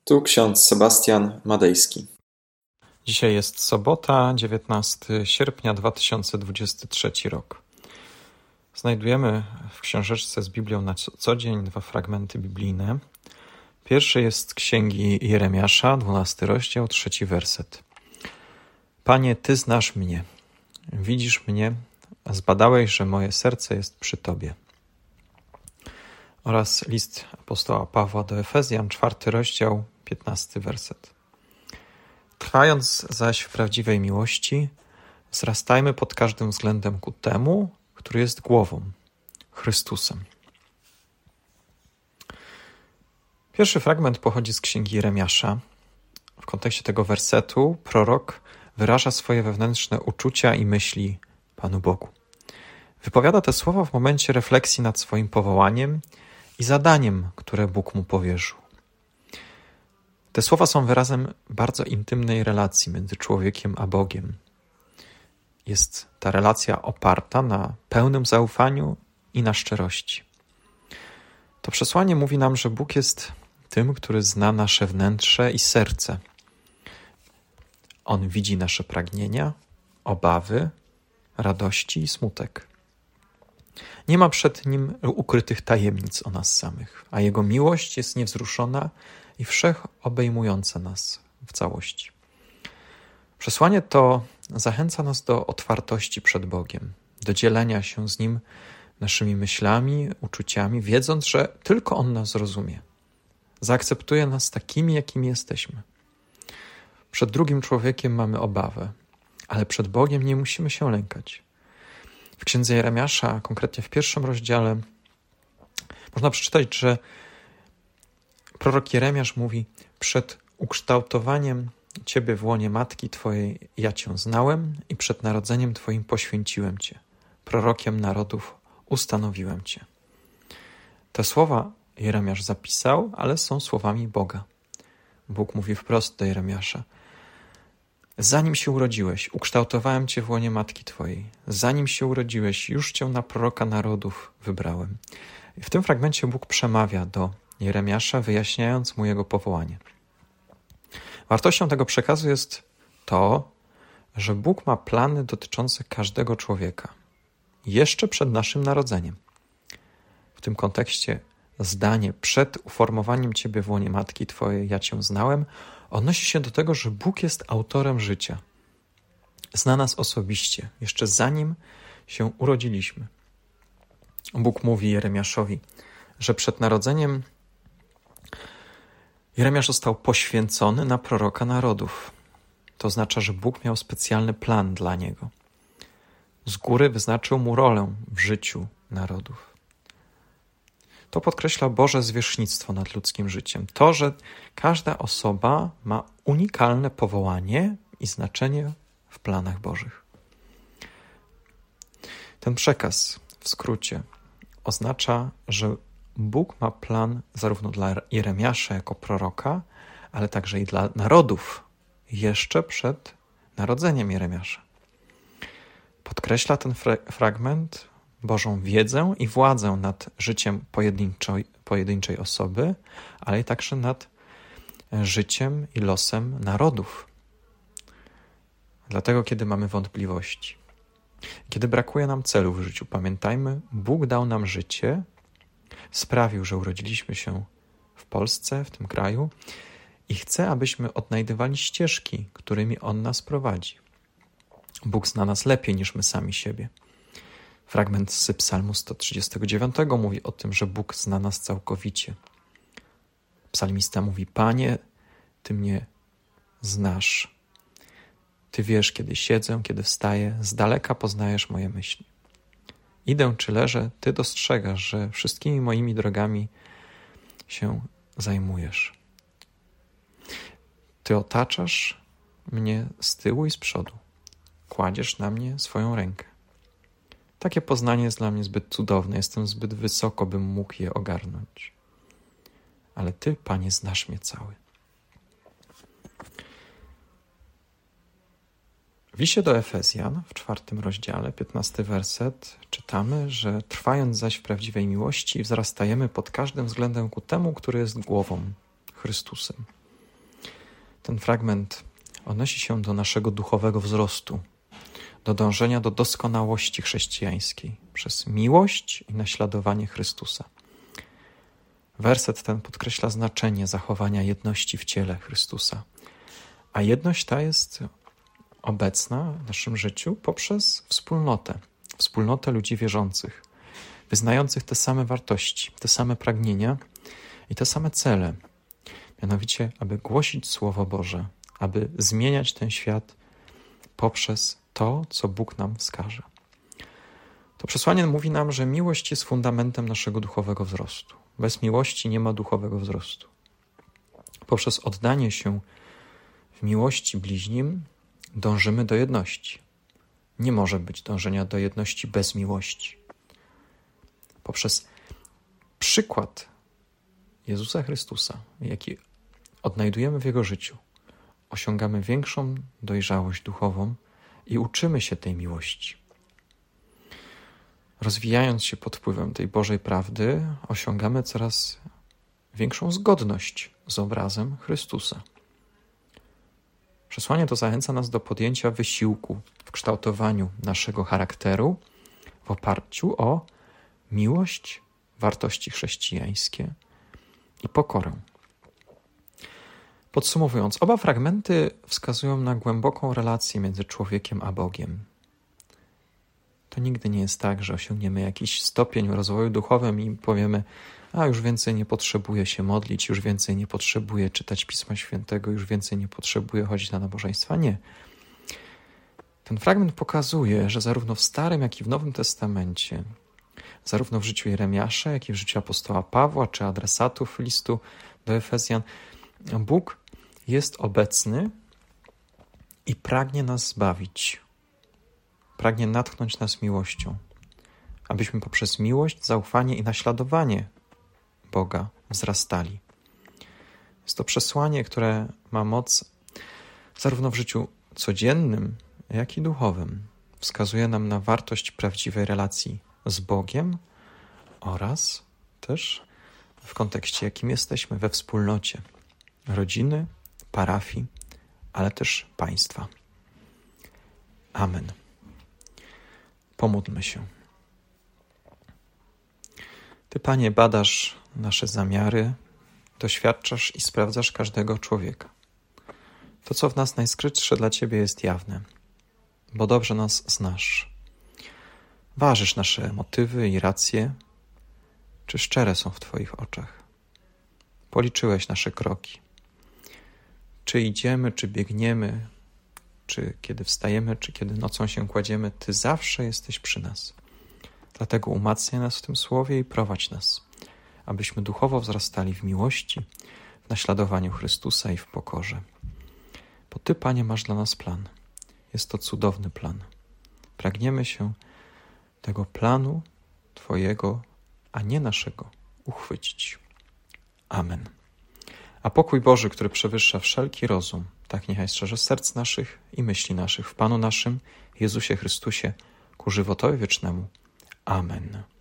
Tu ksiądz Sebastian Madejski. Dzisiaj jest sobota, 19 sierpnia 2023 rok. Znajdujemy w książeczce z Biblią na co dzień 2 fragmenty biblijne. Pierwszy jest z księgi Jeremiasza, 12 rozdział, 3 werset. Panie, Ty znasz mnie, widzisz mnie, a zbadałeś, że moje serce jest przy Tobie. Oraz list apostoła Pawła do Efezjan, 4 rozdział, 15 werset. Trwając zaś w prawdziwej miłości, wzrastajmy pod każdym względem ku temu, który jest głową, Chrystusem. Pierwszy fragment pochodzi z księgi Jeremiasza. W kontekście tego wersetu prorok wyraża swoje wewnętrzne uczucia i myśli Panu Bogu. Wypowiada te słowa w momencie refleksji nad swoim powołaniem i zadaniem, które Bóg mu powierzył. Te słowa są wyrazem bardzo intymnej relacji między człowiekiem a Bogiem. Jest ta relacja oparta na pełnym zaufaniu i na szczerości. To przesłanie mówi nam, że Bóg jest tym, który zna nasze wnętrze i serce. On widzi nasze pragnienia, obawy, radości i smutek. Nie ma przed Nim ukrytych tajemnic o nas samych, a Jego miłość jest niewzruszona i wszechobejmująca nas w całości. Przesłanie to zachęca nas do otwartości przed Bogiem, do dzielenia się z Nim naszymi myślami, uczuciami, wiedząc, że tylko On nas zrozumie. Zaakceptuje nas takimi, jakimi jesteśmy. Przed drugim człowiekiem mamy obawę, ale przed Bogiem nie musimy się lękać. W księdze Jeremiasza, konkretnie w 1 rozdziale, można przeczytać, że prorok Jeremiasz mówi: przed ukształtowaniem Ciebie w łonie matki Twojej ja Cię znałem i przed narodzeniem Twoim poświęciłem Cię. Prorokiem narodów ustanowiłem Cię. Te słowa Jeremiasz zapisał, ale są słowami Boga. Bóg mówi wprost do Jeremiasza: zanim się urodziłeś, ukształtowałem Cię w łonie matki Twojej. Zanim się urodziłeś, już Cię na proroka narodów wybrałem. I w tym fragmencie Bóg przemawia do Jeremiasza, wyjaśniając mu jego powołanie. Wartością tego przekazu jest to, że Bóg ma plany dotyczące każdego człowieka, jeszcze przed naszym narodzeniem. W tym kontekście zdanie przed uformowaniem Ciebie w łonie matki Twojej ja Cię znałem odnosi się do tego, że Bóg jest autorem życia. Zna nas osobiście, jeszcze zanim się urodziliśmy. Bóg mówi Jeremiaszowi, że przed narodzeniem Jeremiasz został poświęcony na proroka narodów. To oznacza, że Bóg miał specjalny plan dla niego. Z góry wyznaczył mu rolę w życiu narodów. To podkreśla Boże zwierzchnictwo nad ludzkim życiem. To, że każda osoba ma unikalne powołanie i znaczenie w planach Bożych. Ten przekaz, w skrócie, oznacza, że Bóg ma plan zarówno dla Jeremiasza jako proroka, ale także i dla narodów jeszcze przed narodzeniem Jeremiasza. Podkreśla ten fragment Bożą wiedzę i władzę nad życiem pojedynczej osoby, ale i także nad życiem i losem narodów. Dlatego, kiedy mamy wątpliwości, kiedy brakuje nam celu w życiu, pamiętajmy, Bóg dał nam życie, sprawił, że urodziliśmy się w Polsce, w tym kraju i chce, abyśmy odnajdywali ścieżki, którymi On nas prowadzi. Bóg zna nas lepiej niż my sami siebie. Fragment z Psalmu 139 mówi o tym, że Bóg zna nas całkowicie. Psalmista mówi: Panie, Ty mnie znasz. Ty wiesz, kiedy siedzę, kiedy wstaję, z daleka poznajesz moje myśli. Idę czy leżę, Ty dostrzegasz, że wszystkimi moimi drogami się zajmujesz. Ty otaczasz mnie z tyłu i z przodu. Kładziesz na mnie swoją rękę. Takie poznanie jest dla mnie zbyt cudowne, jestem zbyt wysoko, bym mógł je ogarnąć. Ale Ty, Panie, znasz mnie cały. W liście do Efezjan w 4 rozdziale, 15 werset, czytamy, że trwając zaś w prawdziwej miłości, wzrastajemy pod każdym względem ku temu, który jest głową, Chrystusem. Ten fragment odnosi się do naszego duchowego wzrostu, do dążenia do doskonałości chrześcijańskiej przez miłość i naśladowanie Chrystusa. Werset ten podkreśla znaczenie zachowania jedności w ciele Chrystusa, a jedność ta jest obecna w naszym życiu poprzez wspólnotę ludzi wierzących, wyznających te same wartości, te same pragnienia i te same cele, mianowicie, aby głosić Słowo Boże, aby zmieniać ten świat poprzez to, co Bóg nam wskaże. To przesłanie mówi nam, że miłość jest fundamentem naszego duchowego wzrostu. Bez miłości nie ma duchowego wzrostu. Poprzez oddanie się w miłości bliźnim dążymy do jedności. Nie może być dążenia do jedności bez miłości. Poprzez przykład Jezusa Chrystusa, jaki odnajdujemy w Jego życiu, osiągamy większą dojrzałość duchową i uczymy się tej miłości. Rozwijając się pod wpływem tej Bożej prawdy, osiągamy coraz większą zgodność z obrazem Chrystusa. Przesłanie to zachęca nas do podjęcia wysiłku w kształtowaniu naszego charakteru w oparciu o miłość, wartości chrześcijańskie i pokorę. Podsumowując, oba fragmenty wskazują na głęboką relację między człowiekiem a Bogiem. To nigdy nie jest tak, że osiągniemy jakiś stopień w rozwoju duchowym i powiemy: a już więcej nie potrzebuję się modlić, już więcej nie potrzebuję czytać Pisma Świętego, już więcej nie potrzebuję chodzić na nabożeństwa. Nie. Ten fragment pokazuje, że zarówno w Starym, jak i w Nowym Testamencie, zarówno w życiu Jeremiasza, jak i w życiu apostoła Pawła, czy adresatów listu do Efezjan, Bóg jest obecny i pragnie nas zbawić. Pragnie natchnąć nas miłością, abyśmy poprzez miłość, zaufanie i naśladowanie Boga wzrastali. Jest to przesłanie, które ma moc zarówno w życiu codziennym, jak i duchowym. Wskazuje nam na wartość prawdziwej relacji z Bogiem oraz też w kontekście, jakim jesteśmy, we wspólnocie rodziny, parafii, ale też państwa. Amen. Pomódlmy się. Ty, Panie, badasz nasze zamiary, doświadczasz i sprawdzasz każdego człowieka. To, co w nas najskrytsze, dla Ciebie jest jawne, bo dobrze nas znasz. Ważysz nasze motywy i racje, czy szczere są w Twoich oczach. Policzyłeś nasze kroki. Czy idziemy, czy biegniemy, czy kiedy wstajemy, czy kiedy nocą się kładziemy, Ty zawsze jesteś przy nas. Dlatego umacniaj nas w tym słowie i prowadź nas, abyśmy duchowo wzrastali w miłości, w naśladowaniu Chrystusa i w pokorze. Bo Ty, Panie, masz dla nas plan. Jest to cudowny plan. Pragniemy się tego planu Twojego, a nie naszego, uchwycić. Amen. A pokój Boży, który przewyższa wszelki rozum, tak niechaj strzeże serc naszych i myśli naszych w Panu naszym, Jezusie Chrystusie, ku żywotowi wiecznemu. Amen.